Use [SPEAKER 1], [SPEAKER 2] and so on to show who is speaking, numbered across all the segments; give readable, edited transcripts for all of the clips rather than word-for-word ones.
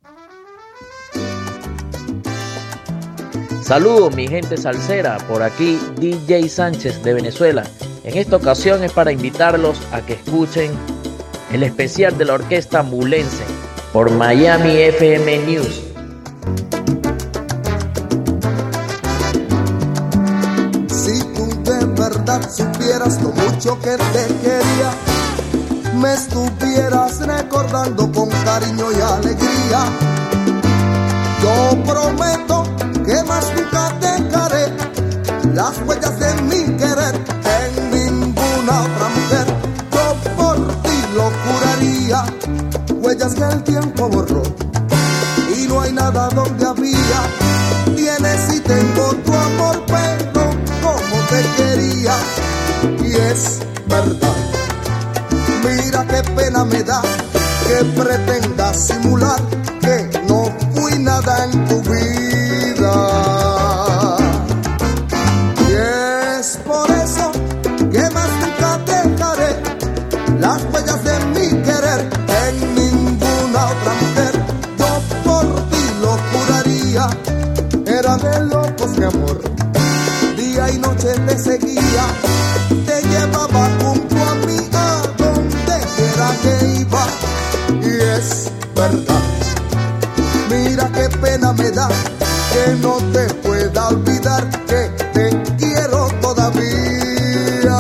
[SPEAKER 1] Saludos mi gente salsera, por aquí DJ Sánchez de Venezuela. En esta ocasión es para invitarlos a que escuchen el especial de la Orquesta Ambulense por Miami FM News.
[SPEAKER 2] Si tú de verdad supieras lo mucho que te quería, me estuvieras recordando con cariño y alegría. Yo prometo que más nunca dejaré las huellas de mi querer en ninguna otra mujer. Yo por ti lo juraría, huellas que el tiempo borró y no hay nada donde había. Tienes y tengo tu amor, pero como te quería. Y es verdad, mira qué pena me da que pretendas simular que no fui nada en tu vida. Y es por eso que más nunca dejaré las huellas de mi querer en ninguna otra mujer. Yo por ti lo juraría, era de locos mi amor. Día y noche te seguía, te llevaba junto a mí a donde quiera que iba. Y es verdad, mira qué pena me da que no te pueda olvidar, que te quiero todavía.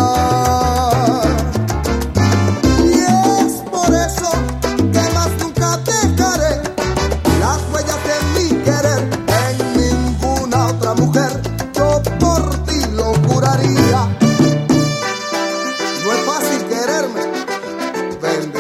[SPEAKER 2] Y es por eso que más nunca dejaré las huellas de mi querer en ninguna otra mujer. Yo por ti lo juraría. No es fácil quererme, bendita.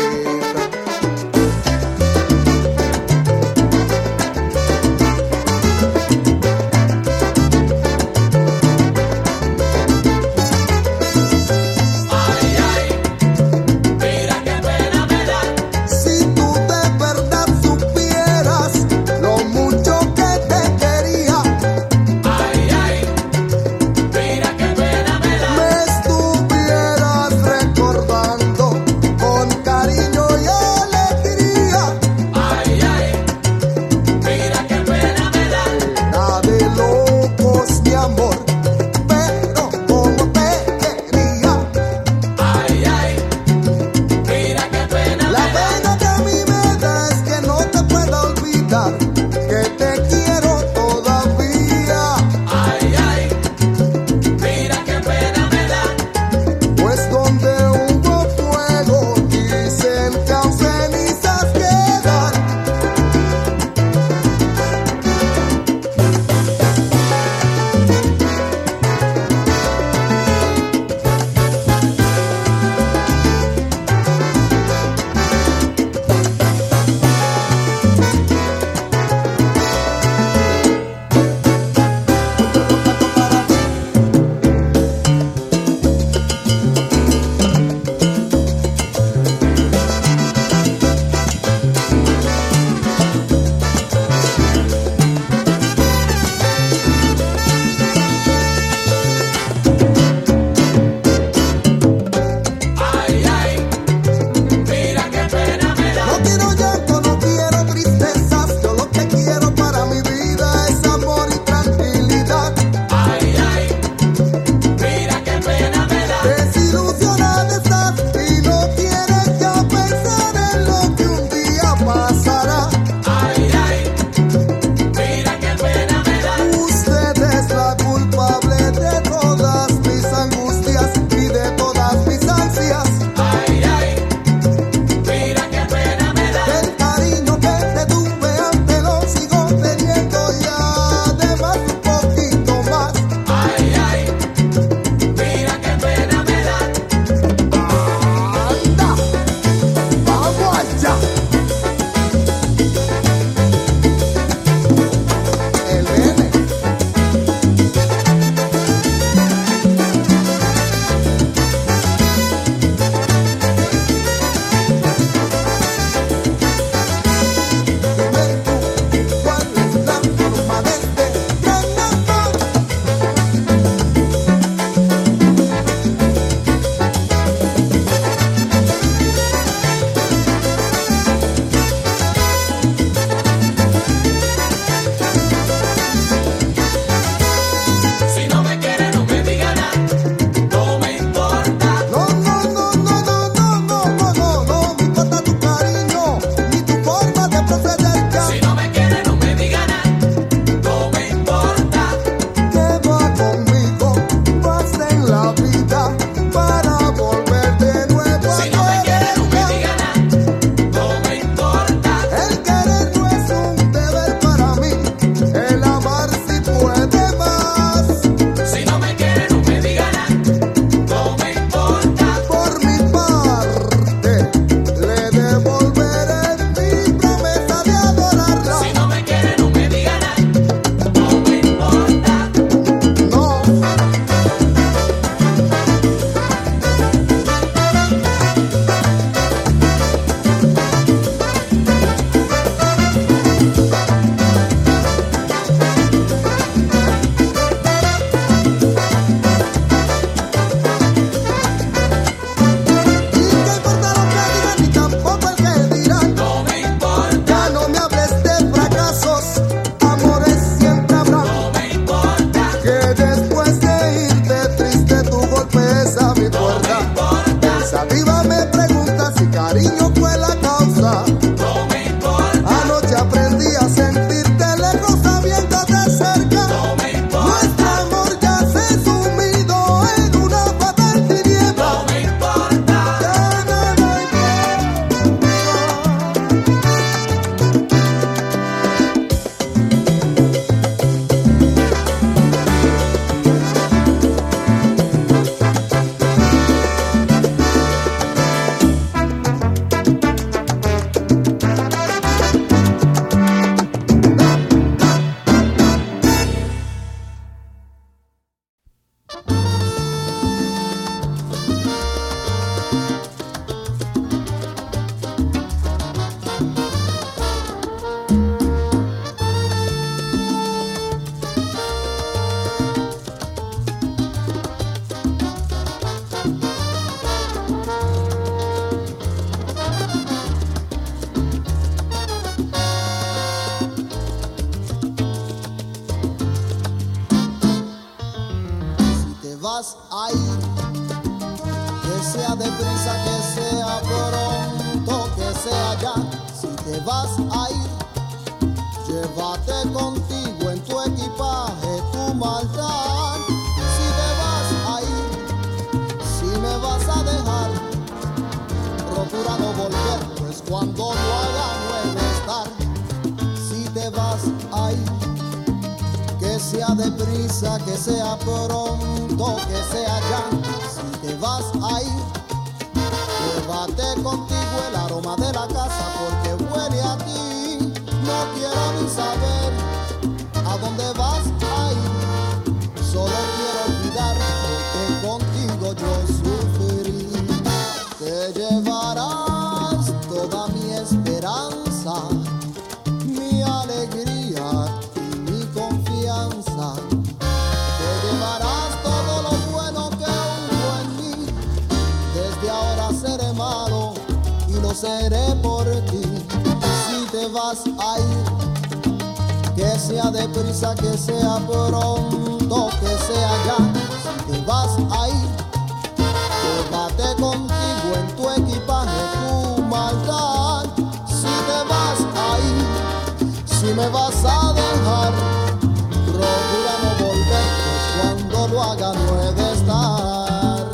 [SPEAKER 2] te vas a ir, llévate contigo en tu equipaje tu maldad. Si te vas a ir, si me vas a dejar, procura no volver, pues cuando lo haga no he de estar. Si te vas a ir, que sea deprisa, que sea pronto, que sea ya. Si te vas a ir, llévate contigo el aroma de la casa porque huele a ti. No quiero ni saber a dónde vas a ir, solo quiero olvidar porque contigo yo sufrí. Te llevarás toda mi esperanza, mi alegría y mi confianza. Te llevarás todo lo bueno que hubo en mí. Desde ahora seré malo y lo seré por ti. Si te vas a ir, que sea deprisa, que sea pronto, que sea ya. Si te vas a ir, llévate contigo en tu equipaje tu maldad. Si te vas a ir, si me vas a dejar, procura no volver, pues cuando lo haga no he de estar.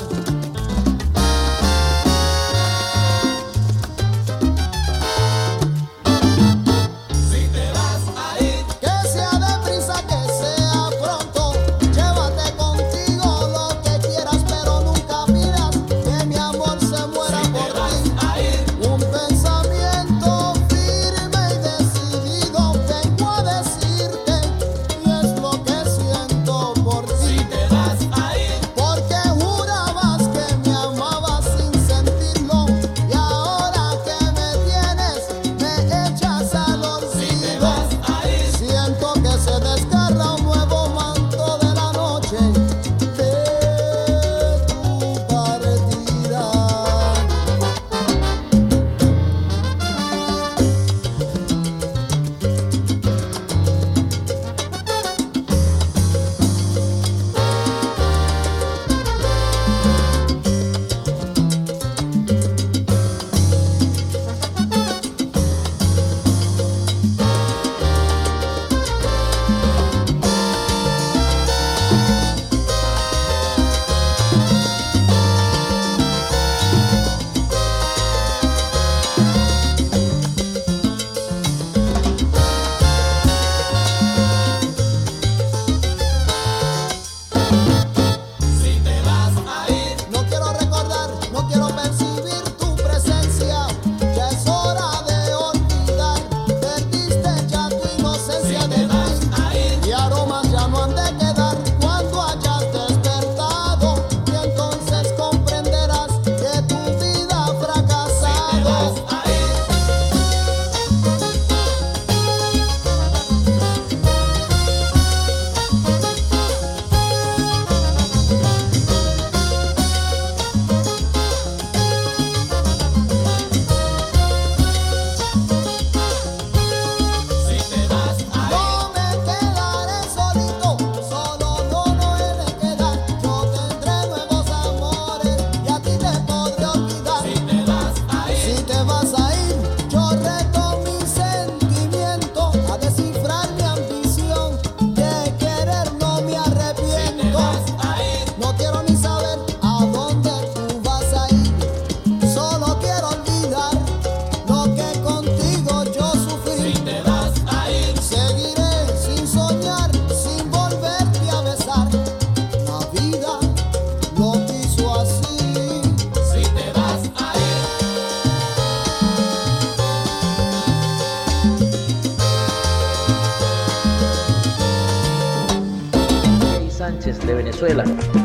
[SPEAKER 1] De Venezuela.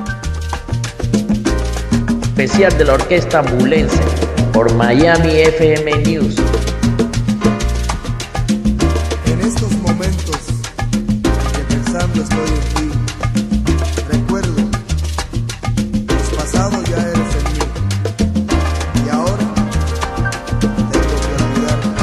[SPEAKER 1] Especial de la orquesta ambulense por Miami FM News.
[SPEAKER 2] En estos momentos que pensando estoy en ti, recuerdo, el pasado ya eres en mí y ahora tengo que olvidarte.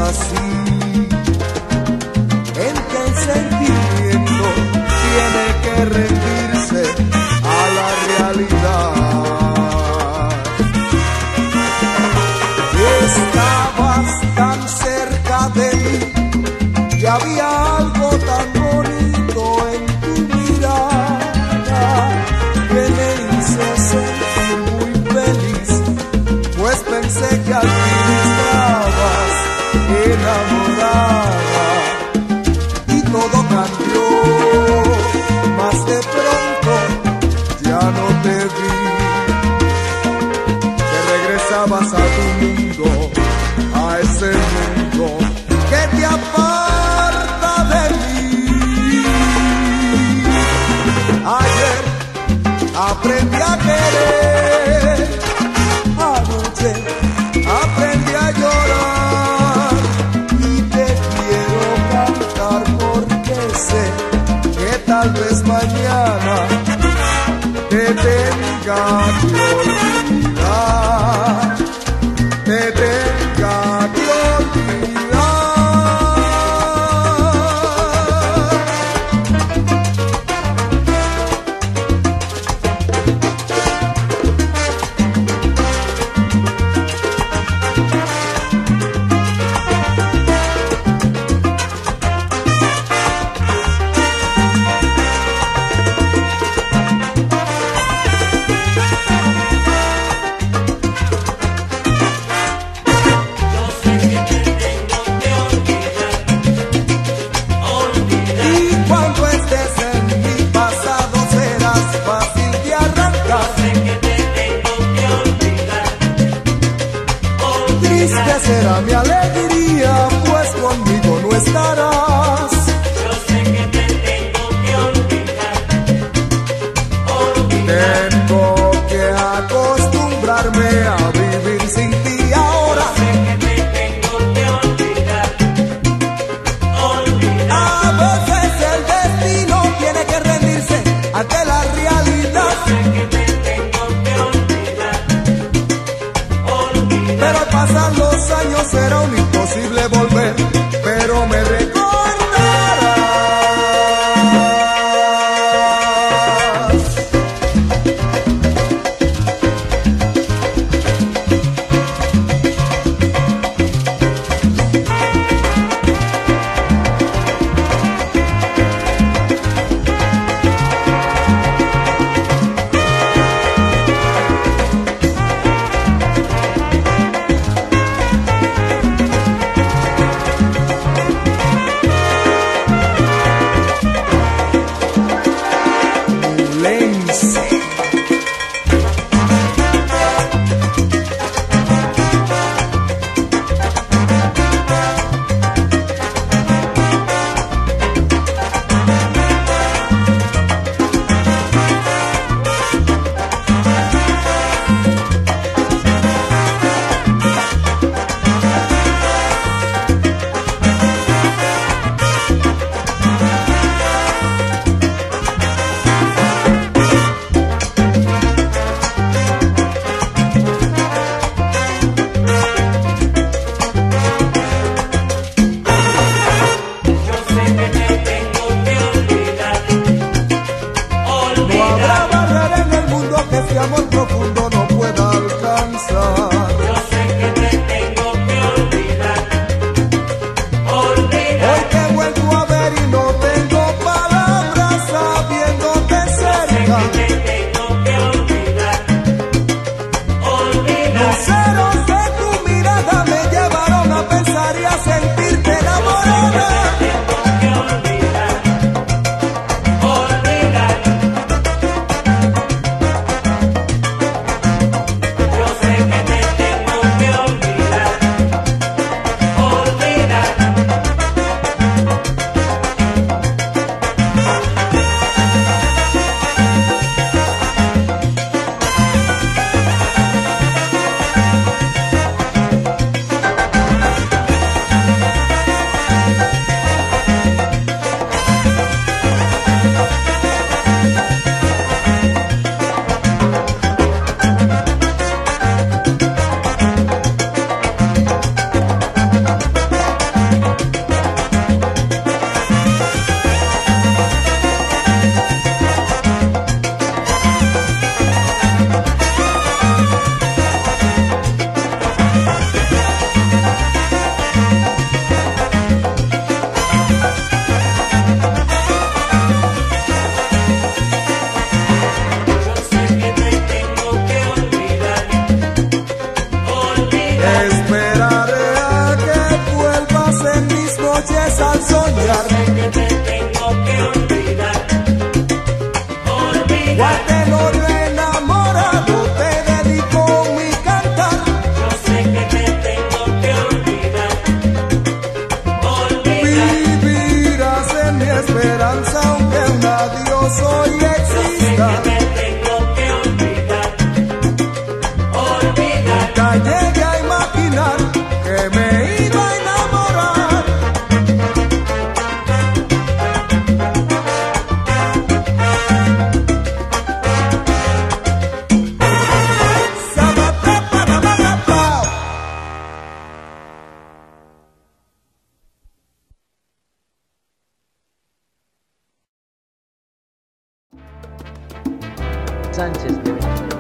[SPEAKER 2] así, en que el sentimiento tiene que rendirse a la realidad. Estabas tan cerca de mí y había algo tan bonito en tu mirada que me hizo sentir muy feliz, pues pensé que al fin estabas enamorada y todo cambió, mas de pronto ya no te vi, que regresabas a tu mundo, a ese mundo que te aparta de mí. Ayer aprendí a querer, anoche aprendí a llorar y te quiero cantar porque sé que tal vez mañana te tenga que olvidar, te tenga que olvidar. Será mi alegría, pues conmigo no estarás.
[SPEAKER 3] Yo sé que te tengo que olvidar.
[SPEAKER 2] Tengo que acostumbrarme a vivir sin ti ahora.
[SPEAKER 3] Yo sé que te tengo que olvidar.
[SPEAKER 2] A veces el destino tiene que rendirse ante la realidad.
[SPEAKER 3] Yo sé que te tengo que olvidar.
[SPEAKER 2] Pero al pasar los años será un imposible volver, pero me recordarás. Este amor profundo no pueda alcanzar.
[SPEAKER 3] Yo sé que te tengo que olvidar.
[SPEAKER 2] Hoy te vuelvo a ver y no tengo palabras sabiéndote cerca.
[SPEAKER 3] Yo sé que te tengo que olvidar.
[SPEAKER 2] Luceros de tu mirada me llevaron a pensar y a sentirte enamorada.
[SPEAKER 3] me tengo que olvidar. Olvidar.
[SPEAKER 2] Guatemorio enamorado, te dedico mi cantar.
[SPEAKER 3] Yo sé que me tengo que olvidar. Olvidar.
[SPEAKER 2] Vivirás en mi esperanza, aunque un adiós hoy
[SPEAKER 3] Yo sé
[SPEAKER 2] exista.
[SPEAKER 3] que me tengo que olvidar. Olvidar.
[SPEAKER 2] Nunca llegué a imaginar que me iba a enamorar. Sabataparabarapao.
[SPEAKER 1] Sánchez de Venezuela.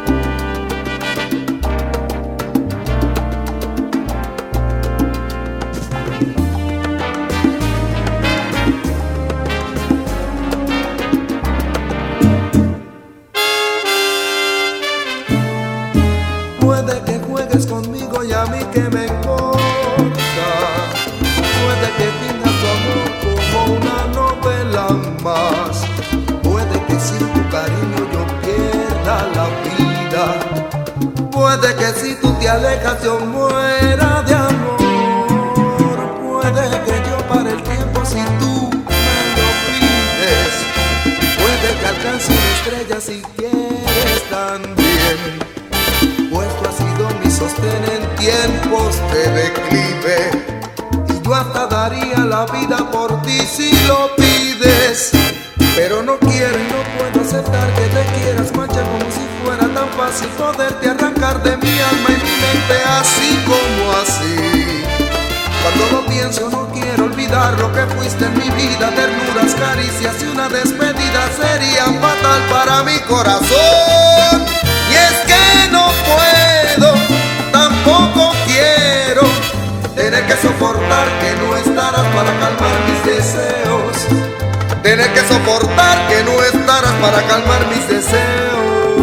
[SPEAKER 2] Puede que juegues conmigo y a mí que me importa. Puede que finjas tu amor como una novela más. Puede que sin tu cariño yo pierda la vida. Puede que si tú te alejas yo muera de amor. Puede que yo pare el tiempo si tú me lo pides. Puede que alcance una estrella si quieres también. Pues tú has sido mi sostén en tiempos de declive. Y yo hasta daría la vida por ti si lo pides. Pero no quiero y no puedo aceptar que te quieras marchar como si fuera tan fácil poderte arrancar de mi alma y mi mente así como así. Cuando lo pienso no quiero olvidar lo que fuiste en mi vida. Ternuras, caricias y una despedida serían fatal para mi corazón. Y es que no puedo, tampoco quiero tener que soportar que no estarás para calmar mis deseos. Tener que soportar que no estarás para calmar mis deseos.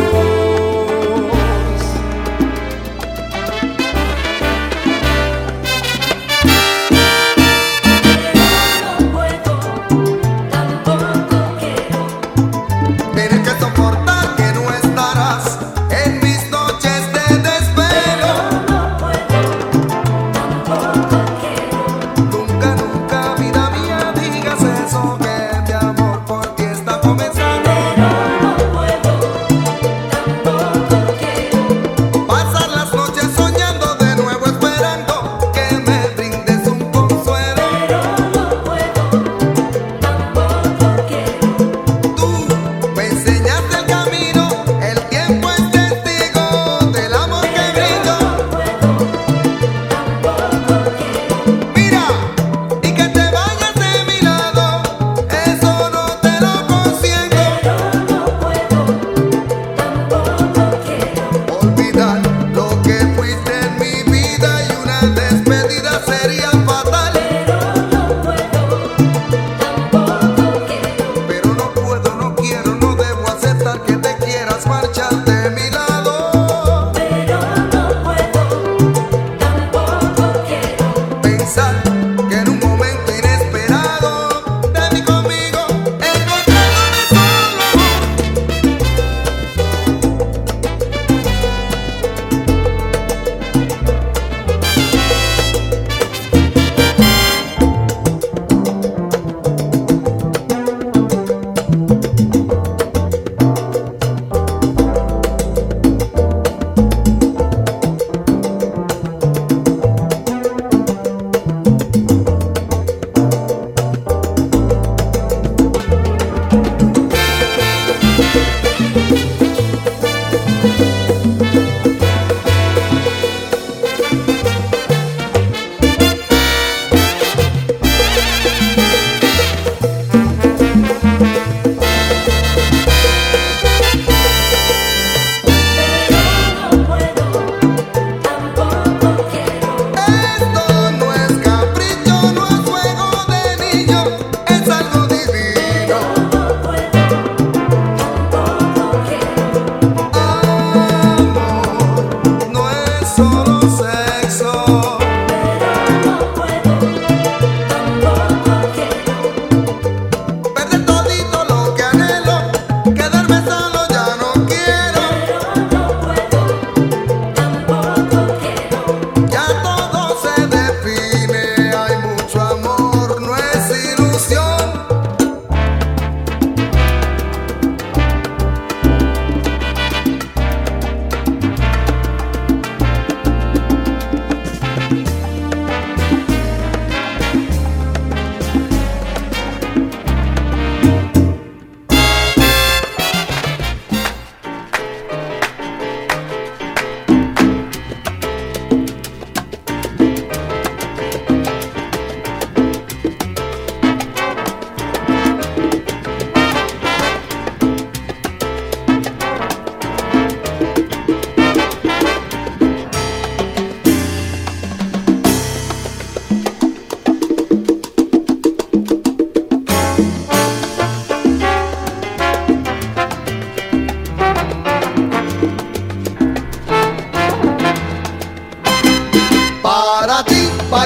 [SPEAKER 4] No puedo, tampoco quiero.
[SPEAKER 2] Tener que soportar que no estarás en mis noches de desvelo.
[SPEAKER 4] No puedo, tampoco quiero.
[SPEAKER 2] Nunca, nunca, vida mía, digas eso, que mi amor por ti está comenzando.
[SPEAKER 4] No puedo,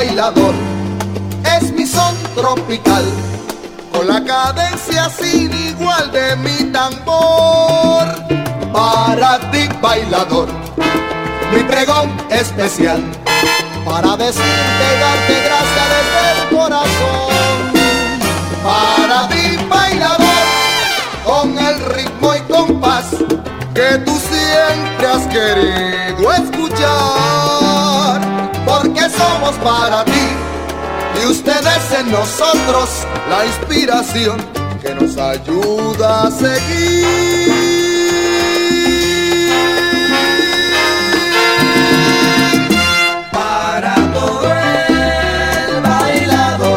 [SPEAKER 2] bailador es mi son tropical, con la cadencia sin igual de mi tambor. Para ti, bailador, mi pregón especial, para decirte y darte gracias desde el corazón. Para ti, bailador, con el ritmo y compás que tú siempre has querido escuchar, porque somos para ti y ustedes en nosotros la inspiración que nos ayuda a seguir. Para todo el bailador,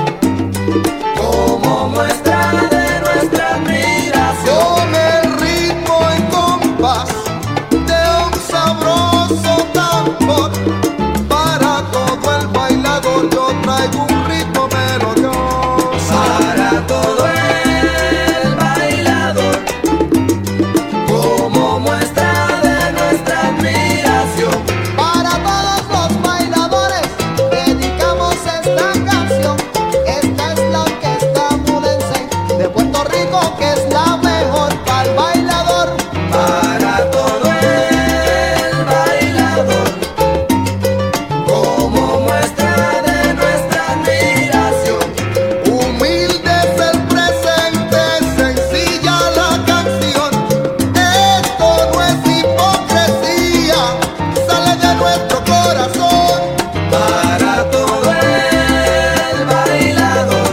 [SPEAKER 2] como muestra de nuestra admiración, con el ritmo y compás de un sabroso tambor. Para todo el bailador yo traigo un ritmo melodioso. Para todo el bailador, como muestra de nuestra admiración. Para todos los bailadores dedicamos esta canción. Esta es la orquesta Mulense de Puerto Rico, que es la mejor para el bailador. Para todo el bailador, como muestra de nuestra admiración. Humilde es el presente, sencilla la canción. Esto no es hipocresía, sale de nuestro corazón. Para todo el bailador,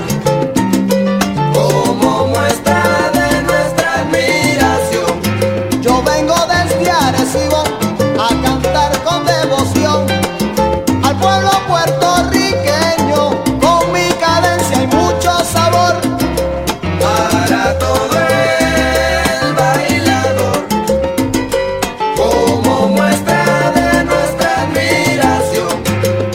[SPEAKER 2] como muestra de nuestra admiración. Yo vengo desde Arecibo a cantar con devoción al pueblo puertorriqueño, con mi cadencia y mucho sabor. Para todo el bailador, como muestra de nuestra admiración.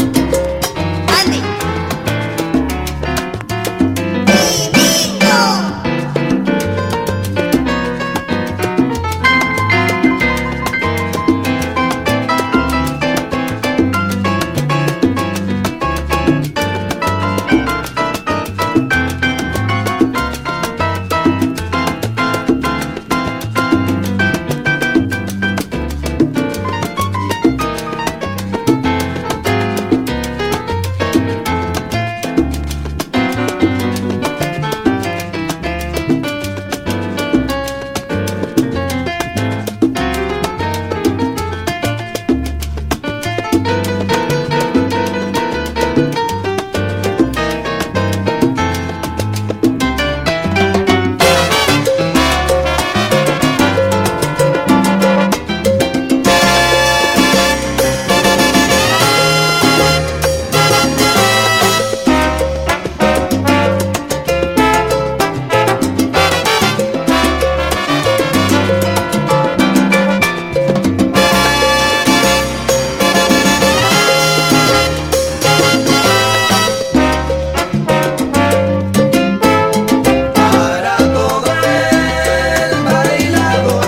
[SPEAKER 2] Para todo el bailador,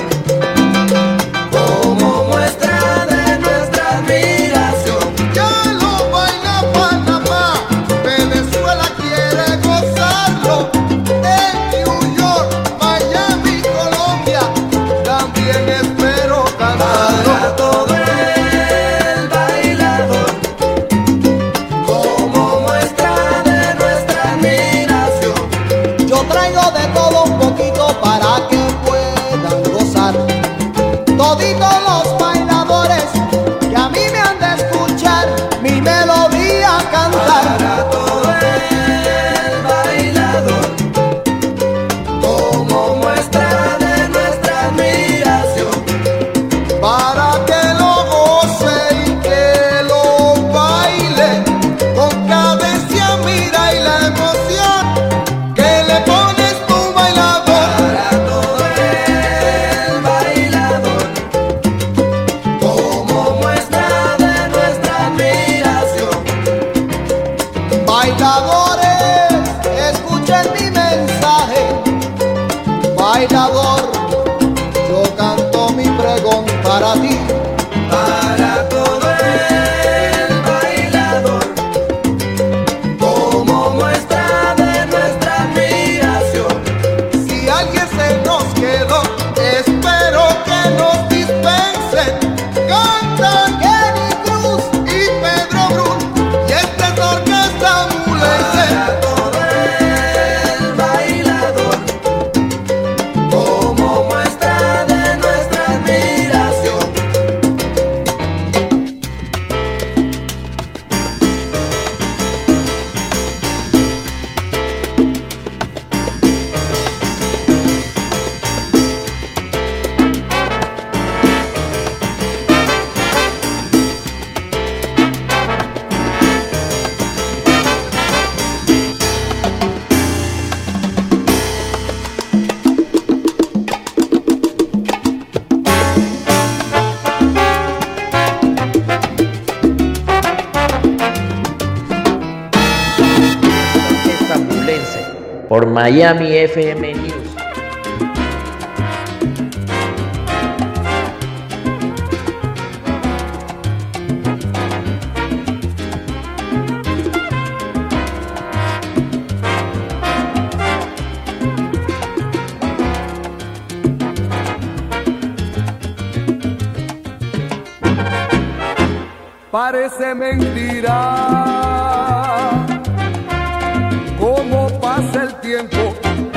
[SPEAKER 2] como muestra de nuestra admiración. Ya lo baila Panamá, Venezuela quiere gozarlo. En New York, Miami, Colombia, también espero cantarlo. Para todo el bailador, como muestra de nuestra admiración. Yo traigo de todo un poquito para que puedan gozar. Toditos los bailadores que a mí me han de escuchar mi melodía cantar. Para todo el bailador, como muestra de nuestra admiración. Para que lo goce y que lo baile con cadencia, mira y la emoción que le pones tu bailador. Para todo el bailador, como muestra de nuestra admiración. Bailadores, escuchen mi mensaje. Bailador, yo canto mi pregón para ti. Para todo el bailador, que nos dispensen. Cantan Kenny Cruz y Pedro Brun, y esta es la orquesta mulense. Para todo el bailador, como muestra de nuestra admiración.
[SPEAKER 1] Orquesta Mulense por Miami FM News.
[SPEAKER 2] Parece mentira cómo pasa el tiempo.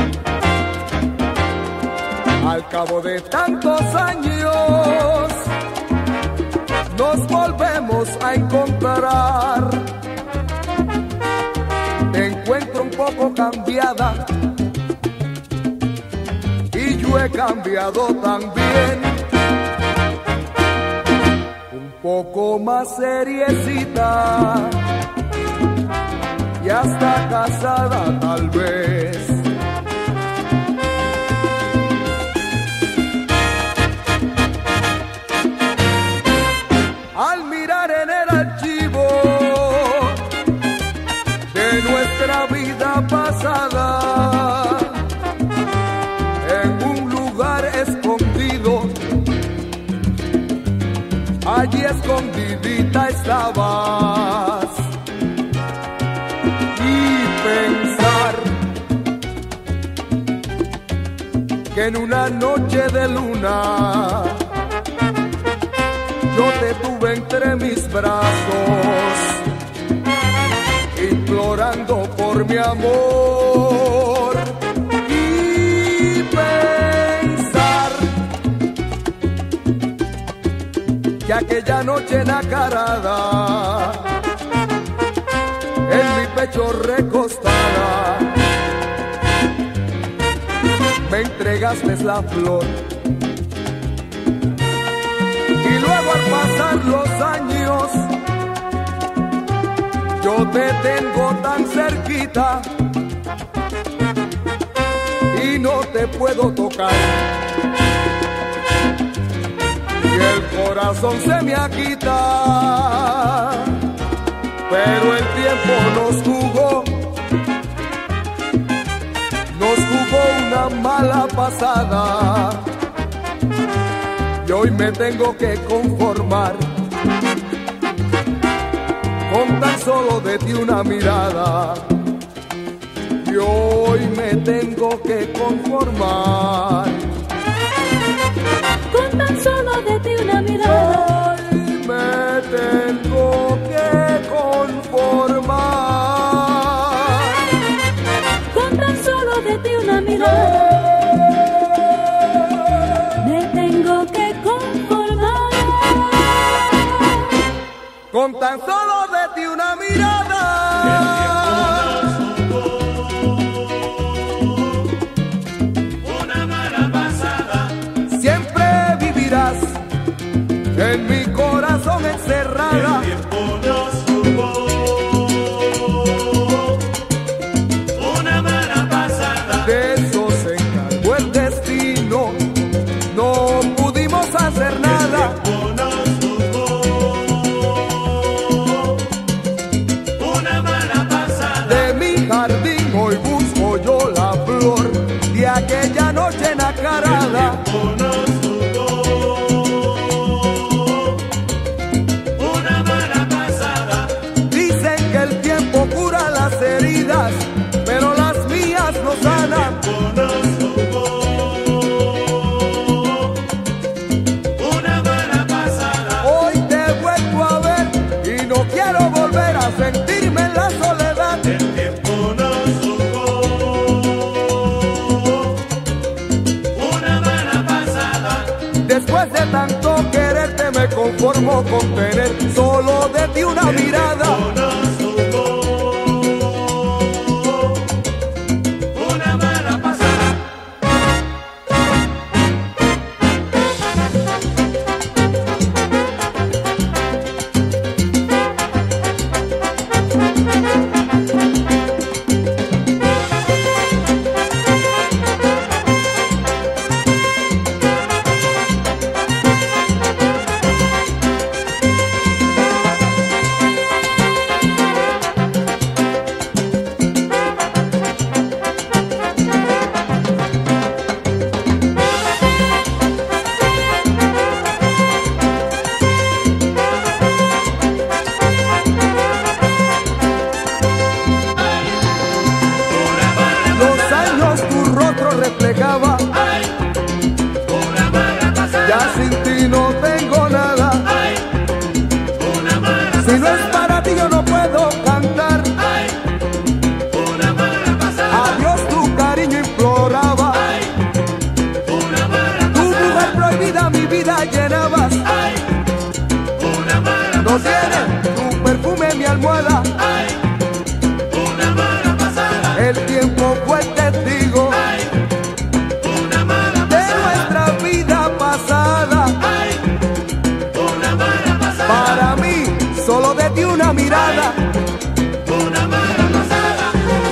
[SPEAKER 2] Al cabo de tantos años nos volvemos a encontrar. Te encuentro un poco cambiada y yo he cambiado también. Poco más seriecita y hasta casada tal vez. Al mirar en el archivo de nuestra vida pasada, en un lugar escondido, allí escondidita estabas, y pensar que en una noche de luna yo te tuve entre mis brazos, implorando por mi amor, y pensar que aquella noche nacarada, en mi pecho recostada, me entregaste la flor. Y luego al pasar los años, yo te tengo tan cerquita y no te puedo tocar. Y el corazón se me agita, pero el tiempo nos jugó una mala pasada, y hoy me tengo que conformar con tan solo de ti una mirada, y hoy me tengo que conformar
[SPEAKER 4] Con tan solo de ti una mirada,
[SPEAKER 2] hoy me tengo que conformar
[SPEAKER 4] con tan solo de ti una mirada, me tengo que conformar.
[SPEAKER 2] con tan solo de ti una mirada.
[SPEAKER 3] Una mala pasada,
[SPEAKER 2] Siempre vivirás en mi corazón encerrada.
[SPEAKER 3] el tiempo nos jugó una mala pasada.
[SPEAKER 2] De eso se encargó el destino, no pudimos hacer nada.
[SPEAKER 3] El tiempo nos jugó una mala pasada.
[SPEAKER 2] De mi jardín hoy busco yo la flor de aquella noche nacarada.
[SPEAKER 3] El tiempo nos jugó una mala pasada.
[SPEAKER 2] Dicen que el tiempo cura las heridas, pero las mías no sanan.
[SPEAKER 3] El tiempo nos jugó
[SPEAKER 2] Después de tanto quererte me conformo con tener solo de ti una mirada.
[SPEAKER 3] Una mala pasada.
[SPEAKER 2] Reflejaba,
[SPEAKER 3] Ay, una mala pasada.
[SPEAKER 2] ya sin ti no tengo nada.
[SPEAKER 3] Ay, una mala pasada.
[SPEAKER 2] Si no es para ti yo no puedo cantar.
[SPEAKER 3] Ay, una mala pasada.
[SPEAKER 2] Adiós tu cariño imploraba.
[SPEAKER 3] Ay, una mala
[SPEAKER 2] Tu
[SPEAKER 3] pasada.
[SPEAKER 2] mujer prohibida mi vida llenabas.
[SPEAKER 3] Ay, una mala
[SPEAKER 2] No tiene tu perfume mi almohada.
[SPEAKER 3] Ay, una mala pasada.
[SPEAKER 2] El tiempo fue testigo
[SPEAKER 3] Ay, una mala
[SPEAKER 2] de
[SPEAKER 3] pasada.
[SPEAKER 2] nuestra vida pasada.
[SPEAKER 3] Ay, una mala pasada.
[SPEAKER 2] Para mí solo de ti una mirada.
[SPEAKER 3] Una mala pasada.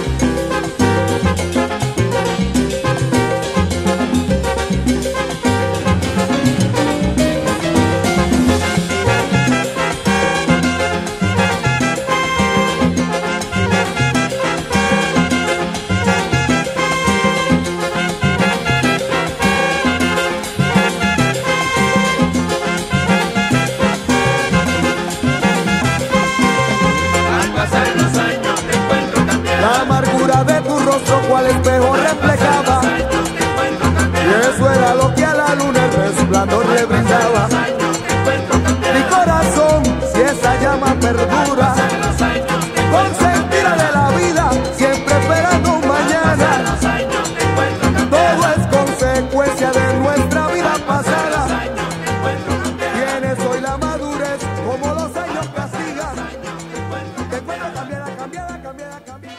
[SPEAKER 3] Al pasar los años te encuentro cambiada.
[SPEAKER 2] La amargura de tu rostro cual espejo reflejaba.
[SPEAKER 3] Años te encuentro
[SPEAKER 2] Y
[SPEAKER 3] cambiada.
[SPEAKER 2] eso era lo que a la luna el resplandor le brindaba.
[SPEAKER 3] Años te encuentro cambiada.
[SPEAKER 2] Mi corazón, si esa llama perdura,
[SPEAKER 3] Los años te
[SPEAKER 2] consentida de la vida, siempre esperando un mañana.
[SPEAKER 3] los años te encuentro cambiada.
[SPEAKER 2] Todo es consecuencia de nuestra vida pasada.
[SPEAKER 3] Años te encuentro cambiada.
[SPEAKER 2] Tienes hoy la madurez, como los años castigan. Te encuentro cambiada, cambiada, cambiada, cambiada.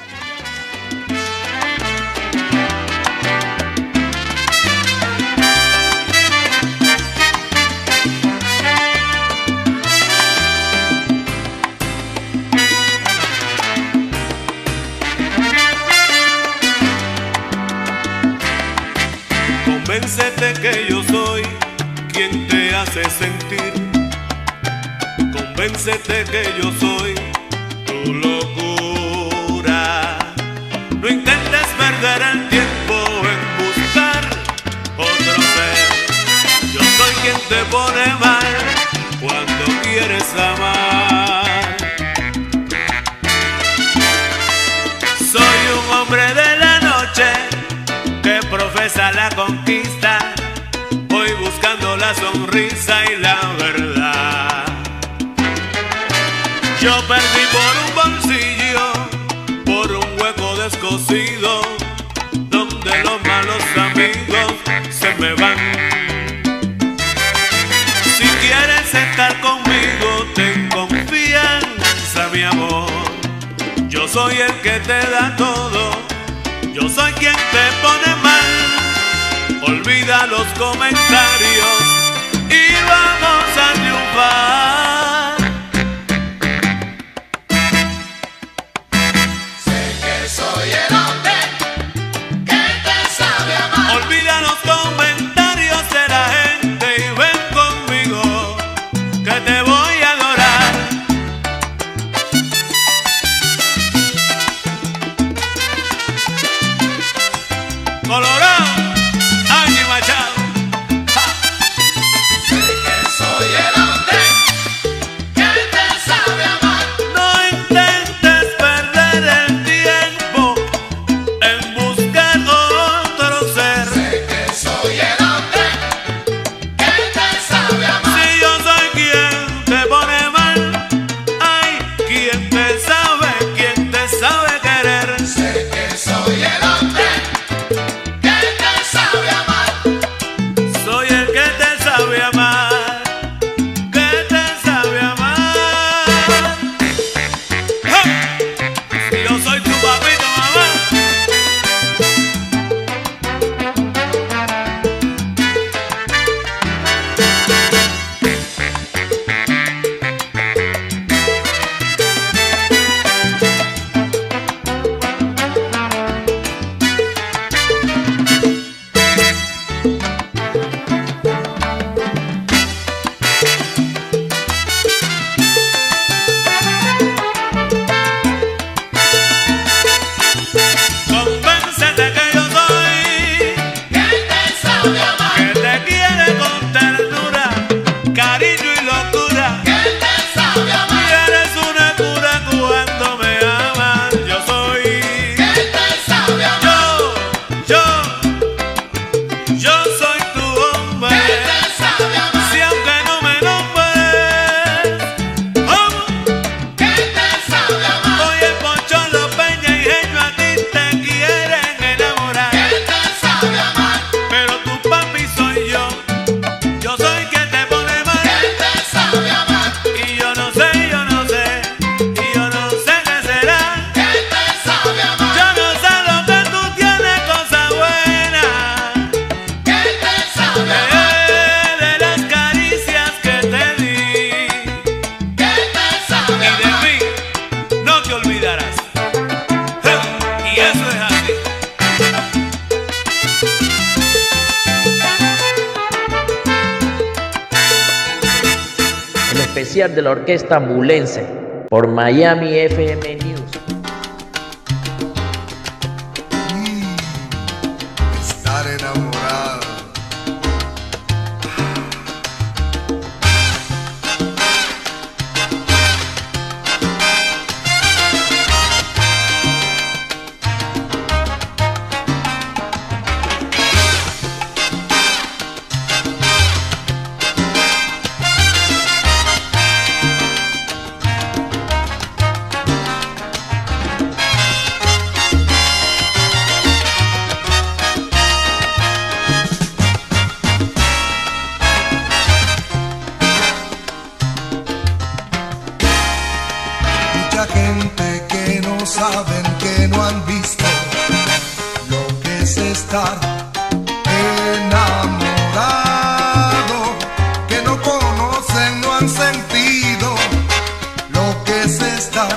[SPEAKER 3] Convéncete que yo soy quien te hace sentir. Convéncete que yo soy tu locura. No intentes perder el tiempo en buscar otro ser. Yo soy quien te pone mal cuando quieres amar. Soy un hombre de la noche que profesa la conquista, voy buscando la sonrisa y la verdad. Yo perdí por un bolsillo, por un hueco descosido, donde los malos amigos se me van. Si quieres estar conmigo, ten confianza, mi amor. Yo soy el que te da todo. Yo soy quien te pone mal. Olvida los comentarios y vamos a triunfar.
[SPEAKER 5] Sé que soy el hombre que te sabe amar.
[SPEAKER 3] Olvida los comentarios de la gente y ven conmigo que te voy a adorar. Colorado, Angie Machado.
[SPEAKER 5] Sé que soy el hombre
[SPEAKER 1] especial de la orquesta ambulense por Miami FM News.
[SPEAKER 2] Estar enamorado. Gente que no saben, que no han visto lo que es estar enamorado, que no conocen, no han sentido lo que es estar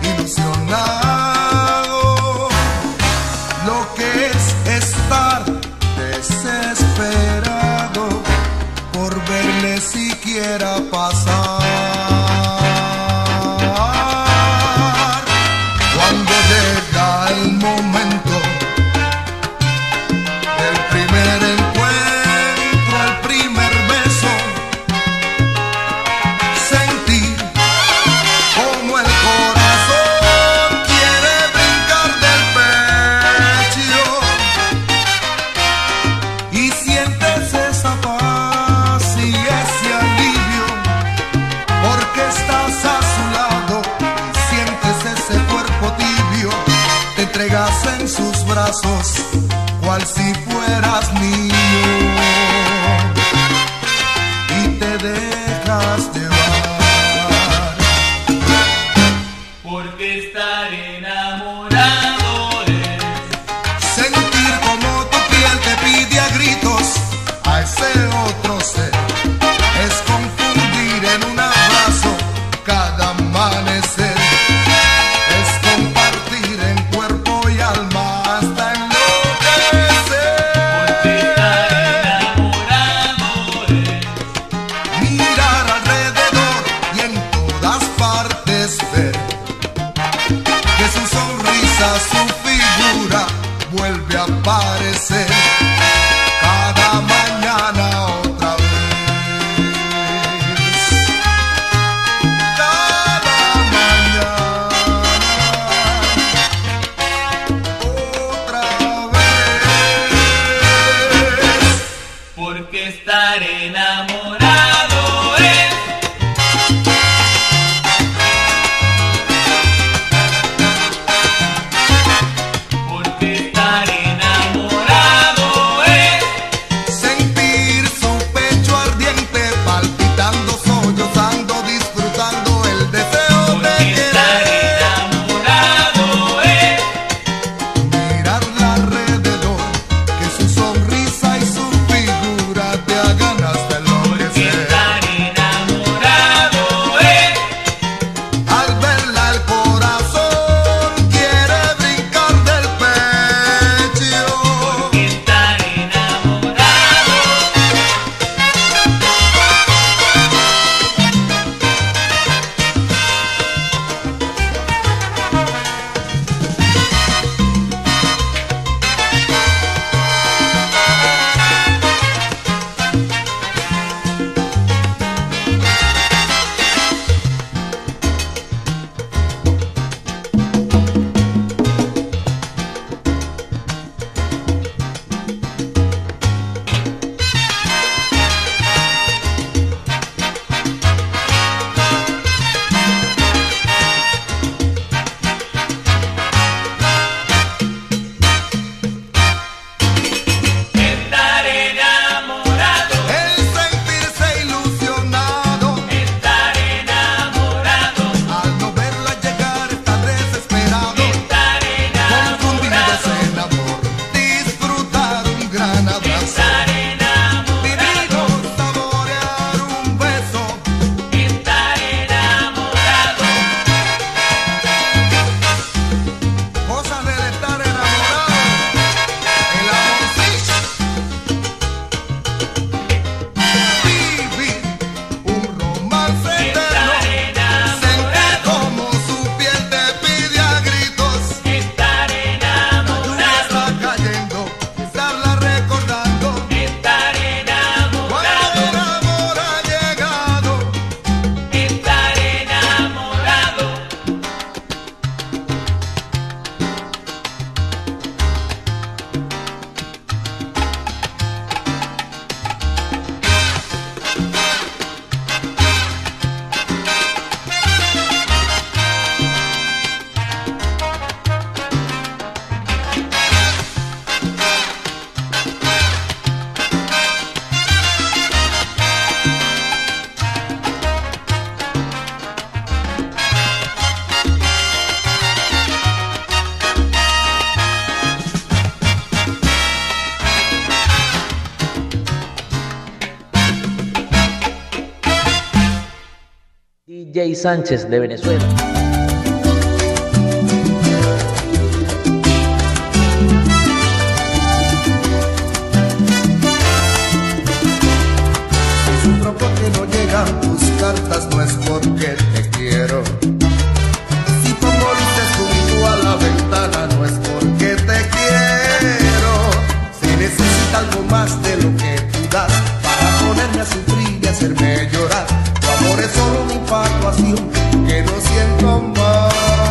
[SPEAKER 2] ilusionado, lo que es estar desesperado por verle siquiera pasar. El momento del primer encuentro, el primer beso, sentir como el corazón quiere brincar del pecho y sientes esa paz y ese alivio porque estás a su lado y sientes ese cuerpo tibio. Te entregas en sus brazos, cual si fueras niño, y te dejas llevar.
[SPEAKER 5] Porque estar enamorado es
[SPEAKER 2] sentir como tu piel te pide a gritos a ese otro ser. Es confundir en un abrazo cada amanecer. Su figura vuelve a aparecer cada mañana otra vez, cada mañana otra vez,
[SPEAKER 5] porque estar enamorado es
[SPEAKER 2] que su sonrisa y su figura te hagan hasta enloquecer.
[SPEAKER 1] DJ Sánchez de Venezuela.
[SPEAKER 2] Porque no llegan tus cartas no es porque te quiero. Si tu amor te junto a la ventana no es porque te quiero. Se necesita algo más de lo que tú das para ponerme a sufrir y hacerme llorar. Tu amor es solo mi infatuación que no siento más.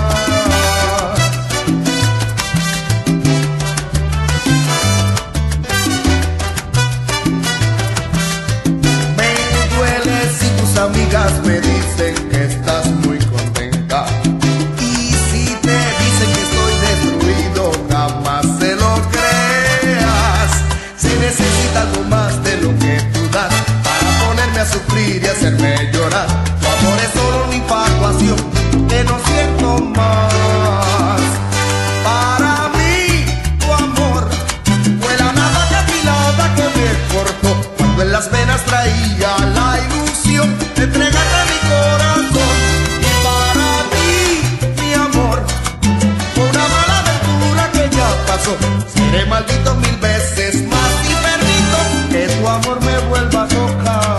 [SPEAKER 2] Amigas me dicen que estás muy contenta y si te dicen que estoy destruido jamás se lo creas. Se necesita algo más de lo que tú das para ponerme a sufrir y hacerme llorar. Tu amor es solo una infatuación que no siento más. Para mí tu amor fue la navaja afilada que me cortó cuando en las venas traía la ilusión de entregarte mi corazón. Y para ti, mi amor, fue una mala aventura que ya pasó. Seré maldito 1000 veces más y permito que tu amor me vuelva a tocar.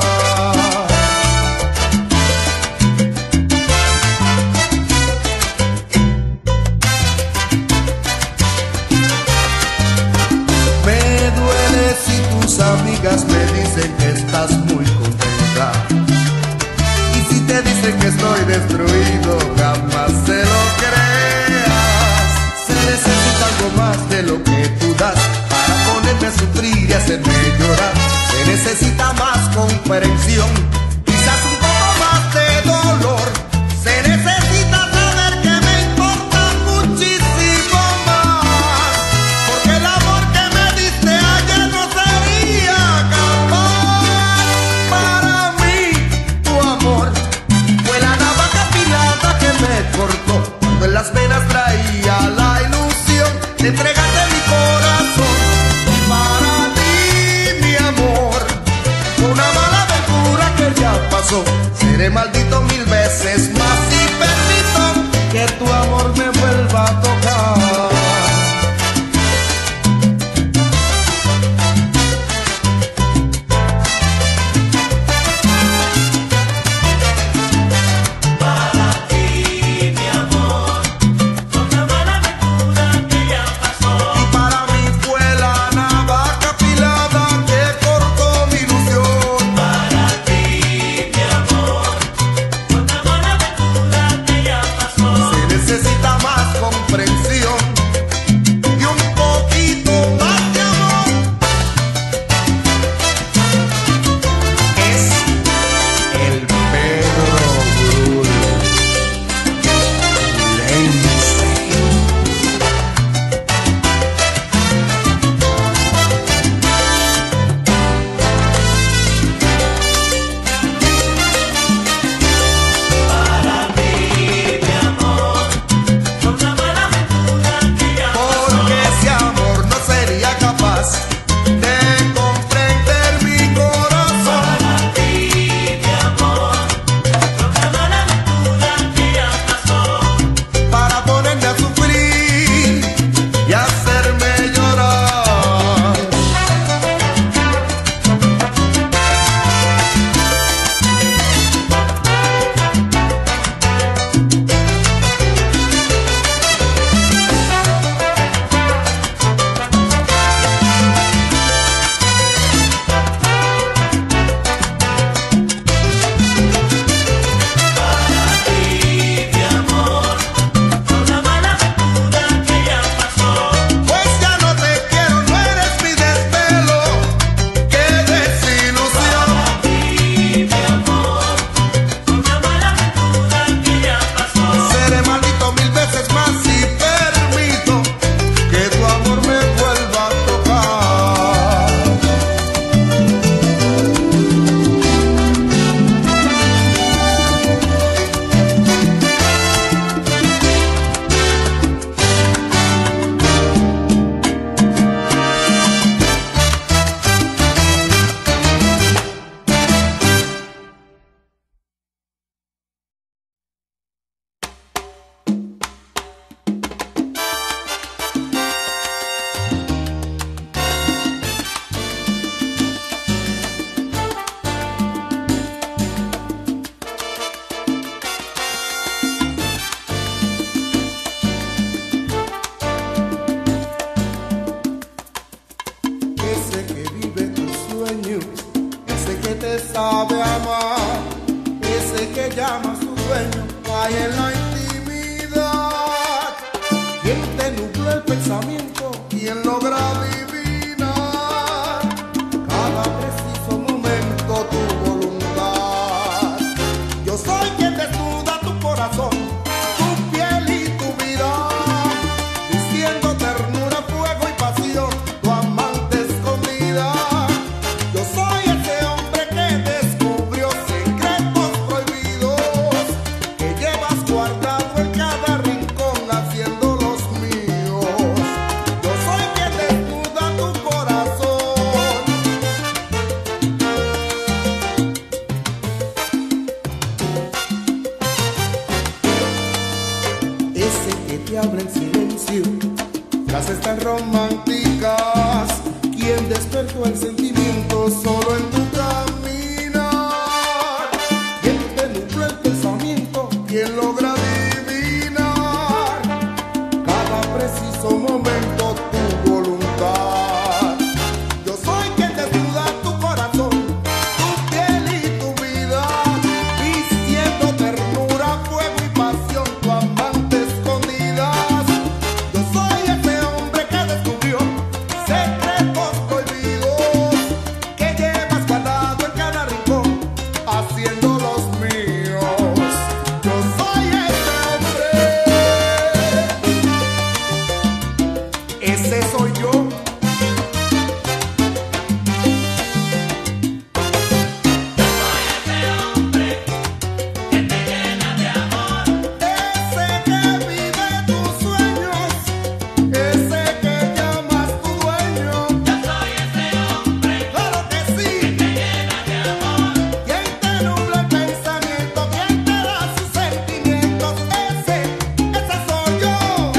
[SPEAKER 2] Me duele si tus amigas me dicen que estás muy contenta. Te dicen que estoy destruido, jamás se lo creas. Se necesita algo más de lo que tú das para ponerme a sufrir y hacerme llorar. Se necesita más comprensión, quizás un poco más de dolor. Se necesita saber que me importa muchísimo más, porque el amor que me diste ayer no sería capaz. Para mí, tu amor me cortó cuando en las venas traía la ilusión de entregarte mi corazón. Y para ti, mi amor, fue una mala aventura que ya pasó. Seré maldito 1000 veces más y permito que tu amor me vuelva a tocar. sabe amar, ese que llama a su dueño ahí en la intimidad. Quien te nubló el pensamiento, quien logra adivinar cada preciso momento tu voluntad. Yo soy quien desnuda tu corazón, tu piel y tu vida, diciendo ternura, fuego y pasión, tu amante escondida. Yo soy ese hombre que descubrió secretos prohibidos, que llevas guardado en cada rincón haciendo los míos. Yo soy quien desnuda tu corazón. Ese que te habla en silencio, frases tan románticas, quien despertó el sentimiento solo en tu caminar. Quien te nubló el pensamiento, quien logra adivinar cada preciso momento tu voluntad. Yo soy quien desnuda tu corazón, tu piel y tu vida, vistiendo ternura, fuego y pasión, tu amante escondidas. Yo soy ese hombre que descubrió secretos prohibidos, que llevas guardado en cada rincón haciendo los míos. Yo soy ese hombre, ese soy yo. Ese que vive tus sueños, ese que llamas tu dueño. Claro que sí. Quien te nubla el pensamiento, quien te da sus sentimientos, ese soy yo.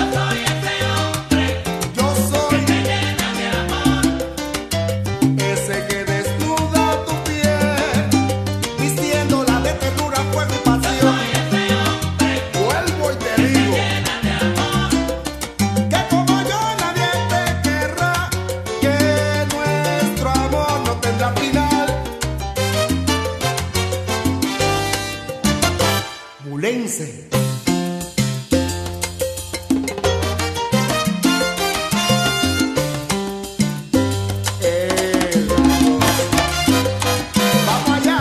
[SPEAKER 2] Yo soy ese que desnuda tu piel, vistiéndola de ternura, fuego y pasión. Vuelvo y te digo que como yo nadie te querrá, que nuestro amor no tendrá final. Mulense. Vamos allá.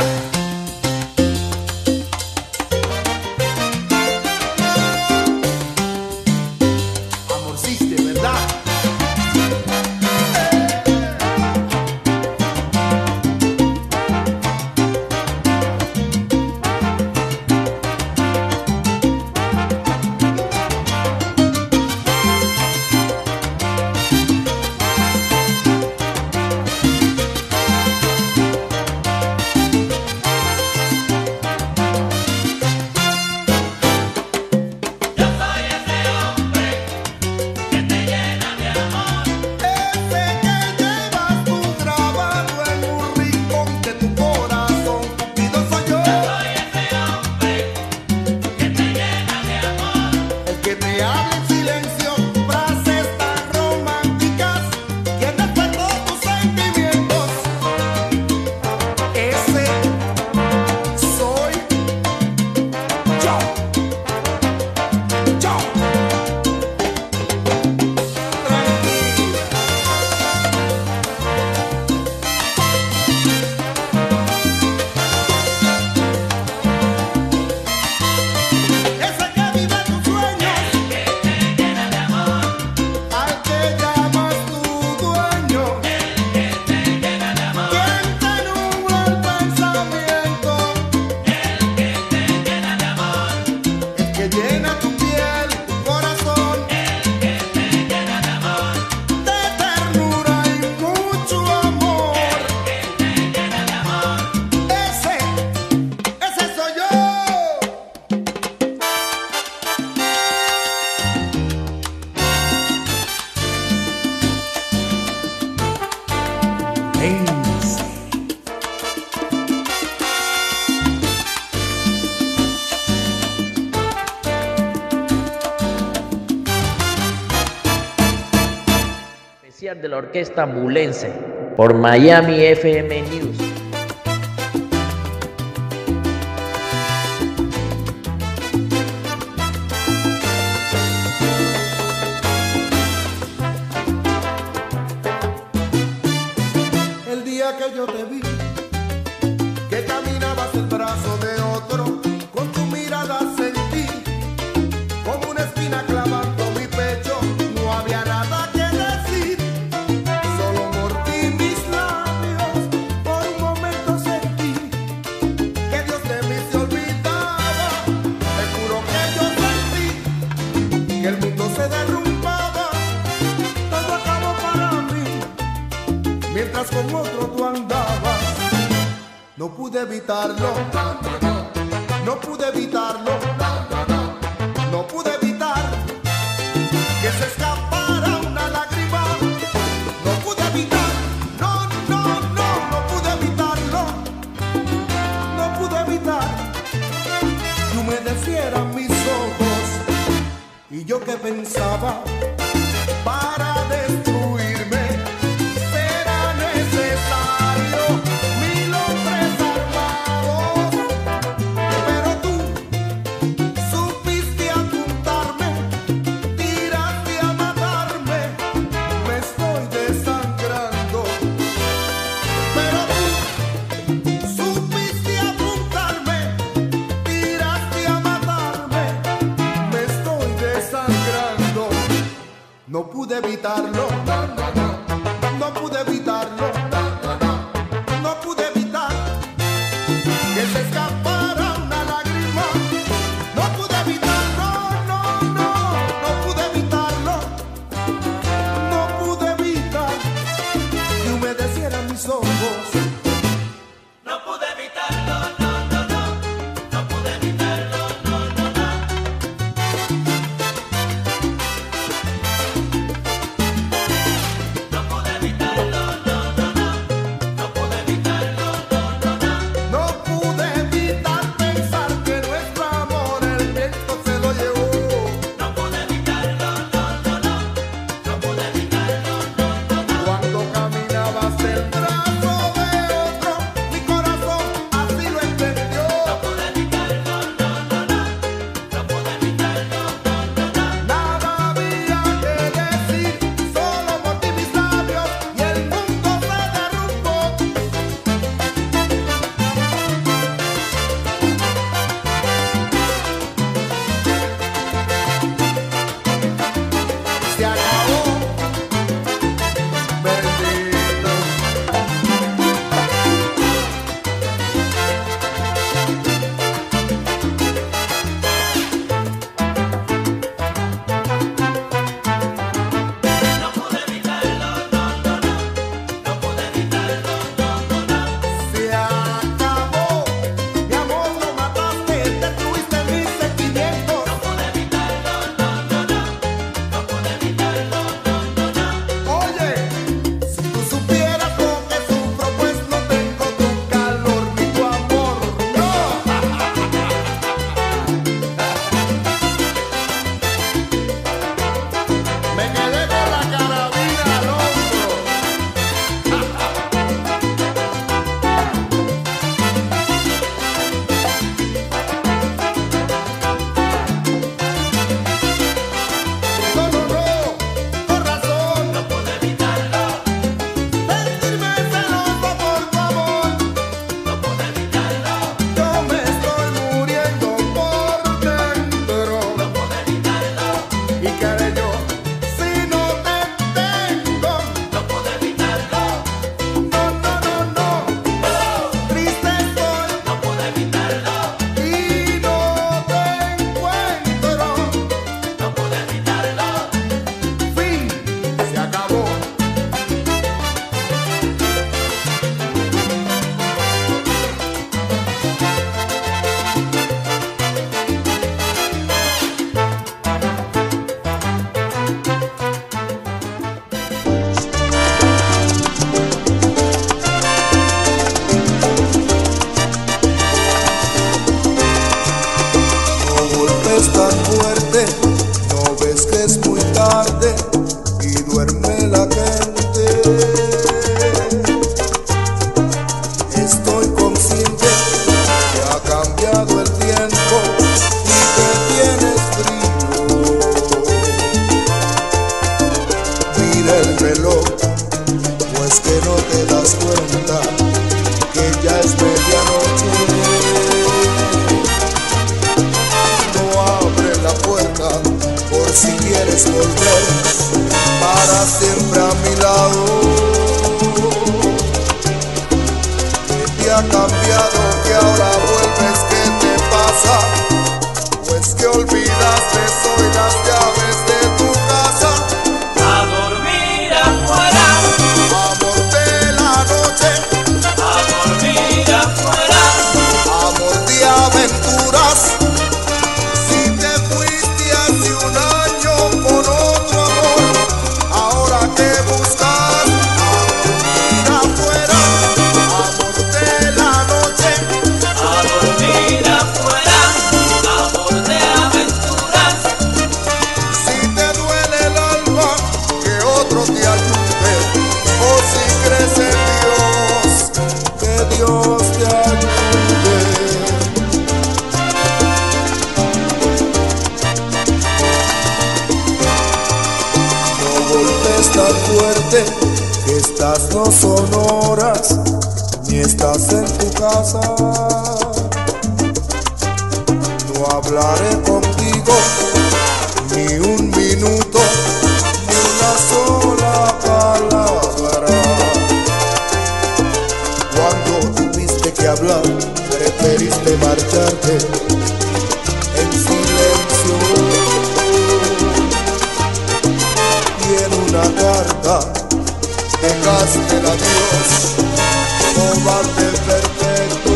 [SPEAKER 2] Amorciste, ¿verdad? Ese que llevas tú grabado en un rincón de tu corazón, Cupido soy yo. El que te habla en silencio, frases tan románticas, quien despertó tus sentimientos. Ese soy yo. Yo. Tranquila. Ese que vive tus sueños, al que llamas tu dueño, quien te nubla el pensamiento, el que llena tu piel, tu corazón, de ternura y mucho amor. Ese soy yo. Mulense.
[SPEAKER 1] Especial de la orquesta Mulense por Miami FM News.
[SPEAKER 2] que yo te vi, que caminabas el brazo de otro, con tu mirada sentí como una espina clavando mi pecho. No había nada que decir, solo mordí mis labios. Por un momento sentí que Dios de mí se olvidaba. Te juro que yo sentí que el mundo se derrumbaba. Todo acabó para mí mientras con otro tú andabas. No pude evitarlo, no pude evitarlo, no pude evitar que se escapara una lágrima. No pude evitar, no pude evitarlo, no pude evitar que humedecieran mis ojos. Y yo que pensaba, para destruirme será necesario 1000 hombres armados. Pero tú supiste apuntarme, tiraste a matarme, me estoy desangrando. Pero tú supiste apuntarme, tiraste a matarme, me estoy desangrando. No pude evitarlo, no pude evitarlo, no pude evitar que se escapara una lágrima. No pude evitarlo, no pude evitarlo, no pude evitar que humedecieran mis ojos.
[SPEAKER 5] No pude evitarlo, no pude evitarlo, no. No pude evitarlo, no pude evitarlo,
[SPEAKER 2] No pude evitar pensar que nuestro amor el viento se lo llevó.
[SPEAKER 5] no pude evitarlo, no pude evitarlo,
[SPEAKER 2] Cuando caminabas el brazo de ¿Qué te ha cambiado que ahora vuelves? ¿Qué te pasa? Pues que olvidaste hoy las llaves de tu casa.
[SPEAKER 5] A dormir afuera,
[SPEAKER 2] Amor de la noche,
[SPEAKER 5] a dormir afuera,
[SPEAKER 2] amor de aventuras. Si te fuiste hace un año con otro amor, ahora que buscas, a dormir afuera. Amor de la noche,
[SPEAKER 5] a dormir afuera, amor de aventuras.
[SPEAKER 2] si te duele el alma, que otro te ayude. O si crees en Dios, que Dios te ayude. No golpes tan fuerte, que estas no son horas, ni estás en tu casa. No hablaré contigo ni un minuto, ni una sola palabra. Cuando tuviste que hablar, preferiste marcharte en silencio. Y en una carta dejaste el adiós, cobarde perfecto.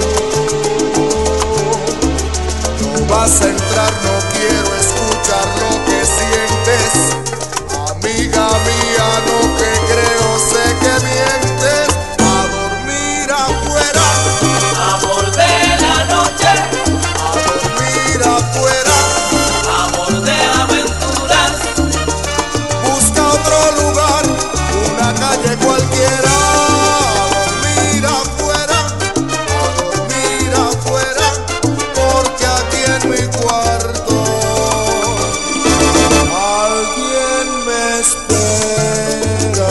[SPEAKER 2] No vas a entrar, no quiero escuchar lo que sientes. Amiga mía, no te creo, sé que mientes. A dormir afuera,
[SPEAKER 5] Amor de la noche,
[SPEAKER 2] a dormir afuera.
[SPEAKER 5] amor de aventuras.
[SPEAKER 2] Busca otro lugar, una calle cualquiera. A dormir afuera, porque aquí en mi cuarto alguien me espera.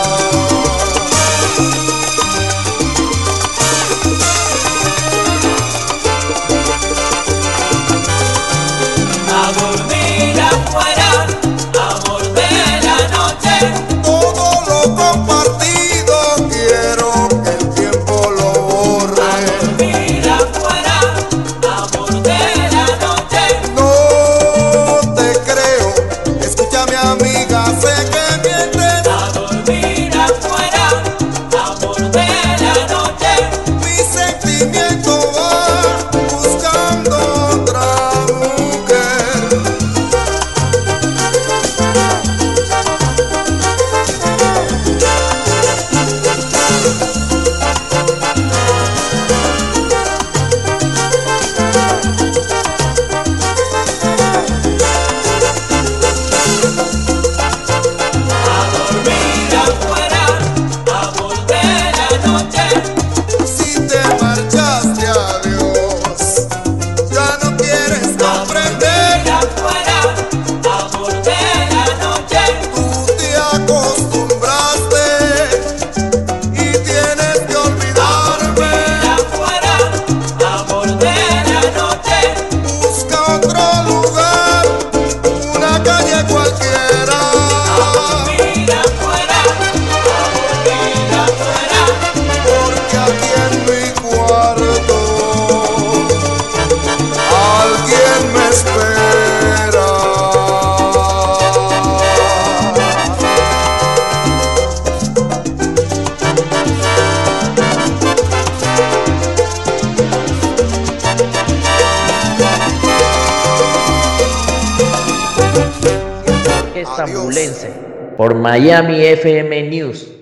[SPEAKER 5] A dormir afuera, amor de la noche.
[SPEAKER 2] Todo lo compartido quiero que el tiempo lo
[SPEAKER 5] A
[SPEAKER 2] borre.
[SPEAKER 5] dormir afuera, amor de la noche.
[SPEAKER 2] No te creo, escúchame amiga, sé que mientes.
[SPEAKER 5] A dormir afuera, amor de la noche.
[SPEAKER 2] Mi sentimiento va buscando otra mujer.
[SPEAKER 5] A dormir afuera, amor de la noche.
[SPEAKER 2] Si te marchaste, adiós, ya no quieres comprender.
[SPEAKER 5] A dormir afuera, amor de la noche.
[SPEAKER 2] Tú te acostumbraste y tienes que olvidarme.
[SPEAKER 5] Afuera, amor de la noche.
[SPEAKER 2] Busca otro lugar, una calle cualquiera.
[SPEAKER 5] Mira afuera,
[SPEAKER 2] Porque aquí en mi cuarto alguien me espera.
[SPEAKER 1] Orquesta Mulense por Miami FM News.